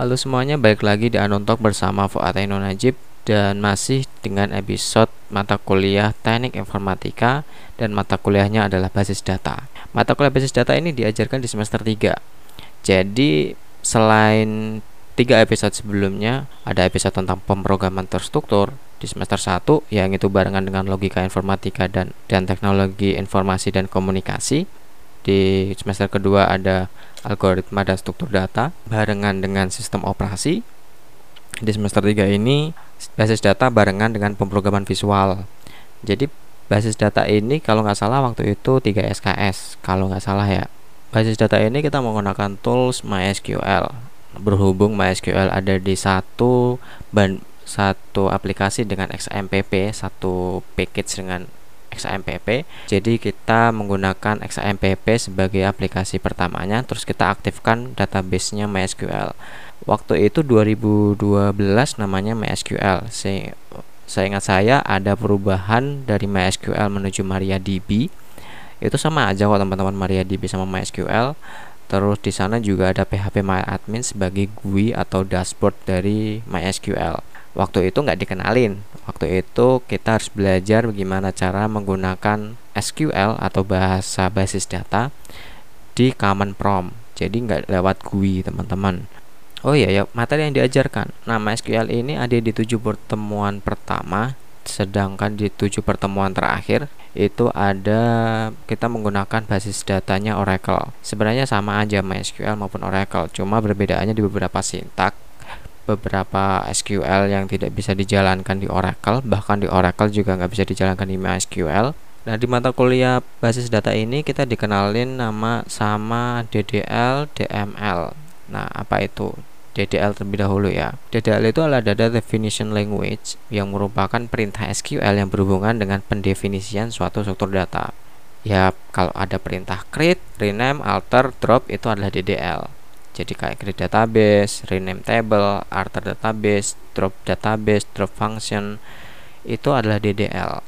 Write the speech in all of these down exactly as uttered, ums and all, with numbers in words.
Halo semuanya, balik lagi di Anontok bersama Fuad Ainun Najib dan masih dengan episode mata kuliah Teknik Informatika dan mata kuliahnya adalah basis data. Mata kuliah basis data ini diajarkan di semester tiga. Jadi selain tiga episode sebelumnya, ada episode tentang pemrograman terstruktur di semester satu yang itu barengan dengan logika informatika dan dan teknologi informasi dan komunikasi. Di semester kedua ada algoritma dan struktur data barengan dengan sistem operasi. Di semester tiga ini basis data barengan dengan pemrograman visual. Jadi basis data ini kalau nggak salah waktu itu tiga S K S kalau nggak salah ya. Basis data ini kita menggunakan tools MySQL. Berhubung MySQL ada di satu ban satu aplikasi dengan X M P P, satu package dengan X M P P. Jadi kita menggunakan X M P P sebagai aplikasi pertamanya, terus kita aktifkan database-nya MySQL. Waktu itu dua ribu dua belas namanya MySQL. Saya, saya ingat saya ada perubahan dari MySQL menuju MariaDB. Itu sama aja kok teman-teman, MariaDB sama MySQL. Terus di sana juga ada phpMyAdmin sebagai G U I atau dashboard dari MySQL. Waktu itu nggak dikenalin. Waktu itu kita harus belajar bagaimana cara menggunakan S Q L atau bahasa basis data di Common Prompt. Jadi nggak lewat G U I teman-teman. Oh iya ya, materi yang diajarkan. Nah, MySQL ini ada di tujuh pertemuan pertama, sedangkan di tujuh pertemuan terakhir itu ada kita menggunakan basis datanya Oracle. Sebenarnya sama aja MySQL maupun Oracle, cuma perbedaannya di beberapa sintak. Beberapa S Q L yang tidak bisa dijalankan di Oracle, bahkan di Oracle juga nggak bisa dijalankan di MySQL. Nah, di mata kuliah basis data ini kita dikenalin nama sama D D L, D M L. Nah, apa itu D D L terlebih dahulu ya? D D L itu adalah Data Definition Language yang merupakan perintah S Q L yang berhubungan dengan pendefinisian suatu struktur data. Ya, kalau ada perintah create, rename, alter, drop itu adalah D D L. Jadi kayak create database, rename table, alter database, drop database, drop function, itu adalah D D L.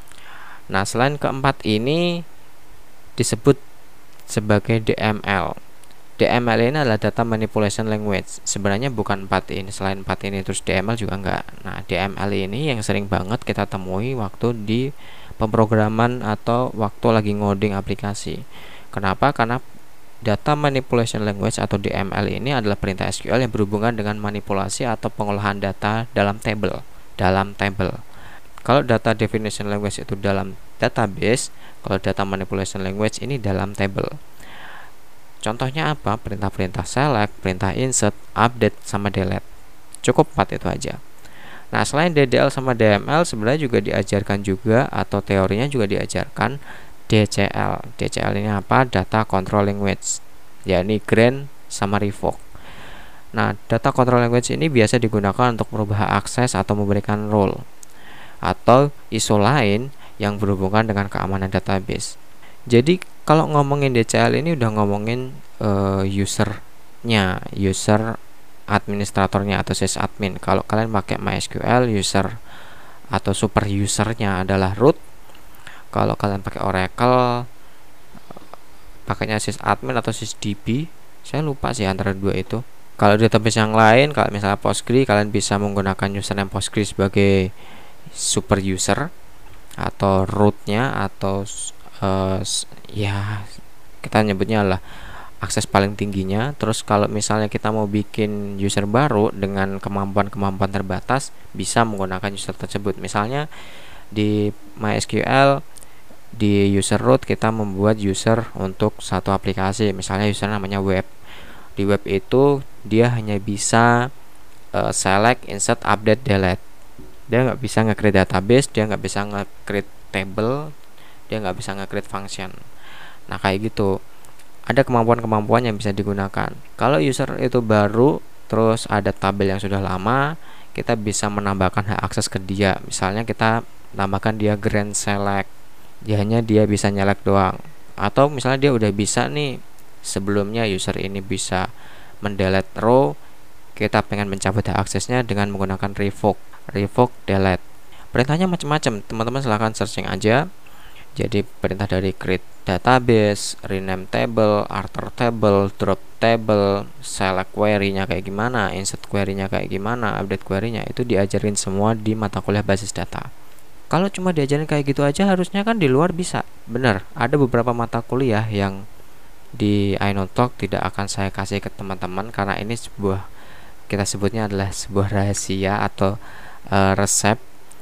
Nah, selain keempat ini disebut sebagai D M L. D M L ini adalah Data Manipulation Language. Sebenarnya bukan empat ini, selain empat ini terus D M L juga enggak. Nah, D M L ini yang sering banget kita temui waktu di pemrograman atau waktu lagi ngoding aplikasi. Kenapa? Karena Data Manipulation Language atau D M L ini adalah perintah S Q L yang berhubungan dengan manipulasi atau pengolahan data dalam table. Dalam table. Kalau Data Definition Language itu dalam database, kalau Data Manipulation Language ini dalam table. Contohnya apa? Perintah-perintah select, perintah insert, update, sama delete. Cukup empat itu aja. Nah, selain D D L sama D M L sebenarnya juga diajarkan juga atau teorinya juga diajarkan D C L. D C L ini apa? Data Control Language, yakni grant sama revoke. Nah, Data Control Language ini biasa digunakan untuk merubah akses atau memberikan role atau isu lain yang berhubungan dengan keamanan database. Jadi kalau ngomongin D C L ini udah ngomongin uh, usernya, user administratornya atau sysadmin. Kalau kalian pakai MySQL, user atau super usernya adalah root. Kalau kalian pakai Oracle, pakainya sysadmin atau sysdb. Saya lupa sih antara dua itu. Kalau database yang lain, kalau misalnya Postgre, kalian bisa menggunakan username Postgre sebagai super user atau rootnya atau uh, ya kita nyebutnya adalah akses paling tingginya. Terus kalau misalnya kita mau bikin user baru dengan kemampuan-kemampuan terbatas, bisa menggunakan user tersebut. Misalnya di MySQL di user root kita membuat user untuk satu aplikasi, misalnya user namanya web. Di web itu dia hanya bisa uh, select, insert, update, delete. Dia nggak bisa nge-create database, dia nggak bisa nge-create table, dia nggak bisa nge-create function. Nah, kayak gitu. Ada kemampuan-kemampuan yang bisa digunakan. Kalau user itu baru, terus ada tabel yang sudah lama, kita bisa menambahkan hak akses ke dia. Misalnya kita tambahkan dia grant select, dia hanya dia bisa nyelek doang. Atau misalnya dia udah bisa nih, sebelumnya user ini bisa mendelete row, kita pengen mencabut hak aksesnya dengan menggunakan revoke, revoke delete. Perintahnya macam-macam, teman-teman silahkan searching aja. Jadi perintah dari create database, rename table, alter table, drop table, select query-nya kayak gimana, insert query-nya kayak gimana, update query-nya, itu diajarin semua di mata kuliah basis data. Kalau cuma diajarin kayak gitu aja harusnya kan di luar bisa. Bener, ada beberapa mata kuliah yang di iKnowTalk tidak akan saya kasih ke teman-teman karena ini sebuah, kita sebutnya adalah sebuah rahasia atau uh, resep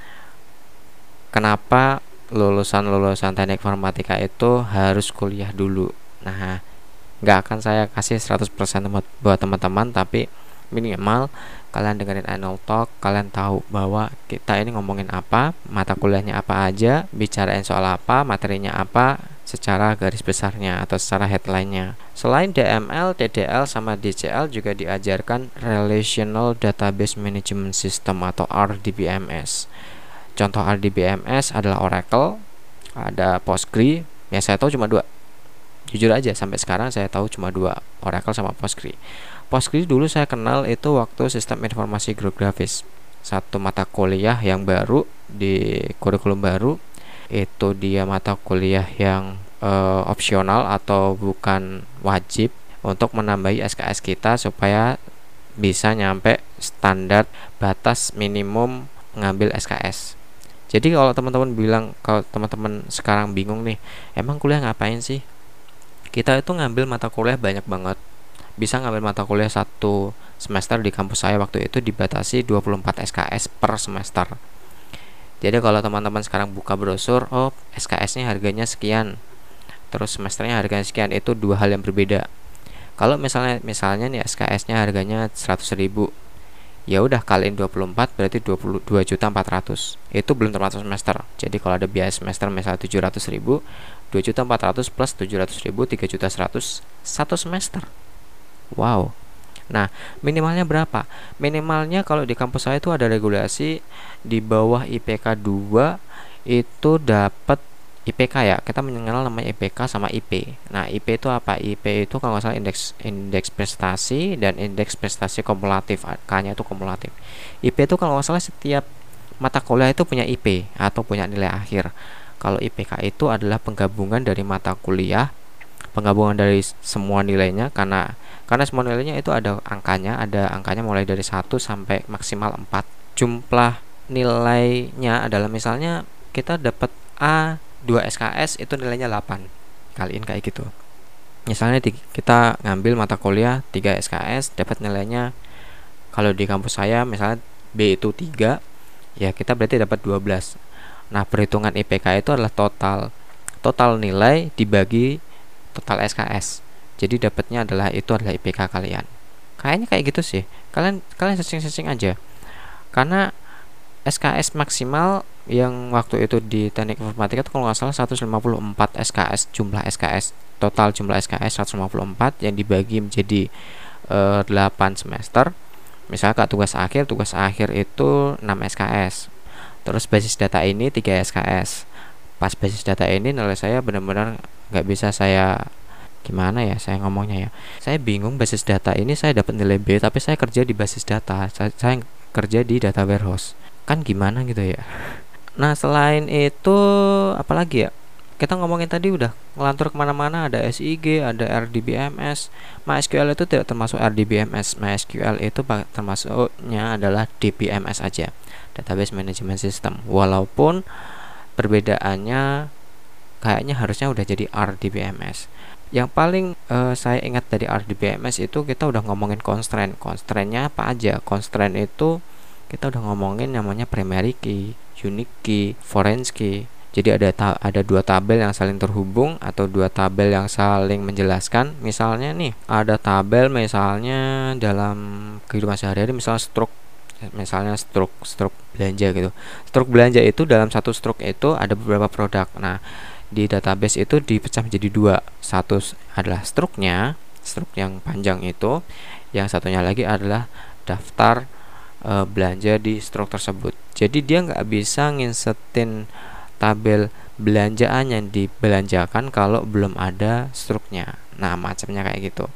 kenapa lulusan-lulusan teknik informatika itu harus kuliah dulu. Nah, nggak akan saya kasih seratus persen buat teman-teman, tapi minimal kalian dengerin iKnowTalk, kalian tahu bahwa kita ini ngomongin apa, mata kuliahnya apa aja, bicarain soal apa, materinya apa, secara garis besarnya atau secara headline-nya. Selain D M L, D D L, sama D C L juga diajarkan Relational Database Management System atau R D B M S. Contoh R D B M S adalah Oracle, ada Postgre. Yang saya tahu cuma dua. Jujur aja sampai sekarang saya tahu cuma dua, Oracle sama Postgre. Postgre dulu saya kenal itu waktu Sistem Informasi Geografis, satu mata kuliah yang baru di kurikulum baru. Itu dia mata kuliah yang uh, opsional atau bukan wajib untuk menambahi S K S kita supaya bisa nyampe standar batas minimum mengambil S K S. Jadi kalau teman-teman bilang, kalau teman-teman sekarang bingung nih, emang kuliah ngapain sih? Kita itu ngambil mata kuliah banyak banget. Bisa ngambil mata kuliah satu semester di kampus saya waktu itu dibatasi dua puluh empat S K S per semester. Jadi kalau teman-teman sekarang buka brosur, oh S K S-nya harganya sekian, terus semesternya harganya sekian, itu dua hal yang berbeda. Kalau misalnya misalnya nih S K S-nya harganya seratus ribu, ya udah kaliin dua puluh empat berarti dua puluh dua juta empat ratus. Itu belum termasuk semester. Jadi kalau ada biaya semester misalnya tujuh ratus ribu, dua juta empat ratus plus tujuh ratus ribu, tiga juta seratus satu semester. Wow. Nah, minimalnya berapa? Minimalnya kalau di kampus saya itu ada regulasi di bawah I P K dua itu dapat I P K ya. Kita mengenal namanya I P K sama I P. Nah, I P itu apa? I P itu kalau nggak salah indeks indeks prestasi dan indeks prestasi kumulatif. K-nya itu kumulatif. I P itu kalau nggak salah setiap mata kuliah itu punya I P atau punya nilai akhir. Kalau I P K itu adalah penggabungan dari mata kuliah, penggabungan dari semua nilainya, karena karena semua nilainya itu ada angkanya, ada angkanya mulai dari satu sampai maksimal empat. Jumlah nilainya adalah misalnya kita dapat A dua S K S itu nilainya delapan. Kaliin kayak gitu. Misalnya di, kita ngambil mata kuliah tiga S K S dapat nilainya, kalau di kampus saya misalnya B itu tiga, ya kita berarti dapat dua belas. Nah, perhitungan I P K itu adalah total total nilai dibagi total S K S. Jadi dapatnya adalah itu adalah I P K kalian. Kayaknya kayak gitu sih. Kalian kalian searching-searching aja. Karena S K S maksimal yang waktu itu di teknik informatika itu kalau nggak salah seratus lima puluh empat S K S, jumlah S K S, total jumlah S K S seratus lima puluh empat yang dibagi menjadi e, delapan semester. Misalnya tugas akhir, tugas akhir itu enam S K S. Terus basis data ini tiga S K S. Pas basis data ini nilai saya benar-benar nggak bisa saya, gimana ya saya ngomongnya ya, saya bingung. Basis data ini saya dapat nilai B tapi saya kerja di basis data, saya, saya kerja di data warehouse, kan gimana gitu ya. Nah, selain itu apalagi ya, kita ngomongin tadi udah ngelantur kemana-mana. Ada S I G, ada R D B M S. MySQL itu tidak termasuk R D B M S. MySQL itu termasuknya adalah D B M S aja, Database Management System. Walaupun perbedaannya kayaknya harusnya udah jadi R D B M S. Yang paling uh, saya ingat dari R D B M S itu kita udah ngomongin constraint. Constraintnya apa aja? Constraint itu kita udah ngomongin namanya primary key, unique key, foreign key. Jadi ada ta- ada dua tabel yang saling terhubung atau dua tabel yang saling menjelaskan. Misalnya nih, ada tabel misalnya dalam kehidupan sehari-hari, misalnya struk, misalnya struk struk belanja gitu. Struk belanja itu dalam satu struk itu ada beberapa produk. Nah, di database itu dipecah menjadi dua. Satu adalah struknya, struk yang panjang itu. Yang satunya lagi adalah daftar e, belanja di struk tersebut. Jadi dia nggak bisa nginsetin tabel belanjaan yang dibelanjakan kalau belum ada struknya. Nah, macamnya kayak gitu.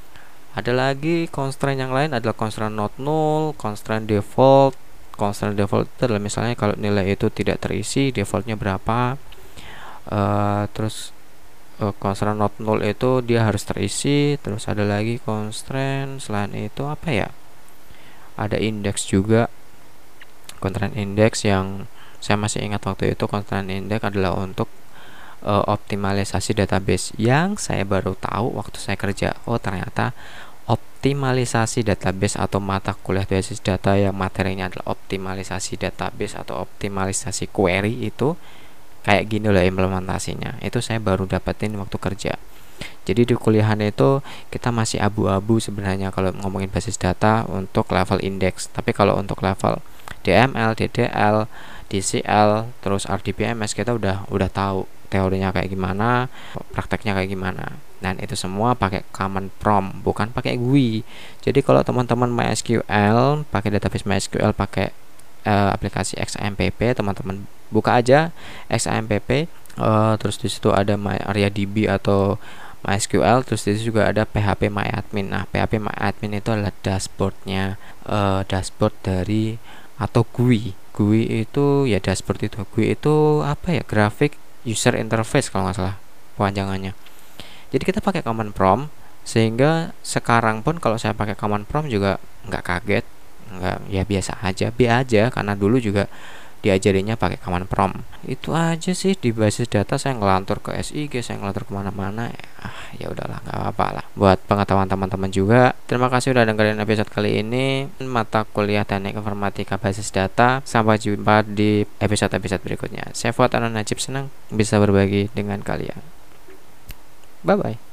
Ada lagi constraint yang lain adalah constraint not null, constraint default. Constraint default itu adalah misalnya kalau nilai itu tidak terisi, defaultnya berapa. uh, terus uh, constraint not null itu dia harus terisi. Terus ada lagi constraint selain itu apa ya, ada index juga, constraint index yang saya masih ingat waktu itu. Constraint index adalah untuk uh, optimalisasi database, yang saya baru tahu waktu saya kerja. Oh ternyata optimalisasi database atau mata kuliah basis data yang materinya adalah optimalisasi database atau optimalisasi query itu kayak gini loh implementasinya. Itu saya baru dapetin waktu kerja. Jadi di kuliahan itu kita masih abu-abu sebenarnya kalau ngomongin basis data untuk level index. Tapi kalau untuk level D M L, D D L, D C L, terus R D B M S kita udah udah tahu teorinya kayak gimana, prakteknya kayak gimana. Dan itu semua pakai command prompt, bukan pakai G U I. Jadi kalau teman-teman MySQL pakai database MySQL pakai uh, aplikasi X A M P P, teman-teman buka aja X A M P P, uh, terus di situ ada MariaDB atau MySQL, terus di situ juga ada P H P MyAdmin. Nah, P H P MyAdmin itu adalah dashboardnya, uh, dashboard dari atau G U I. G U I itu ya dashboard itu. G U I itu apa ya? Graphic User Interface kalau nggak salah panjangannya. Jadi kita pakai command prompt, sehingga sekarang pun kalau saya pakai command prompt juga nggak kaget, nggak, ya biasa aja, B aja, karena dulu juga diajarinya pakai command prompt. Itu aja sih di basis data. Saya ngelantur ke S I G, saya ngelantur kemana-mana. Ah, ya udahlah, nggak apa-apa lah. Buat pengetahuan teman-teman juga. Terima kasih udah dengerin episode kali ini mata kuliah teknik informatika basis data. Sampai jumpa di episode-episode berikutnya. Saya Fuad Anon Najib, senang bisa berbagi dengan kalian. Bye bye.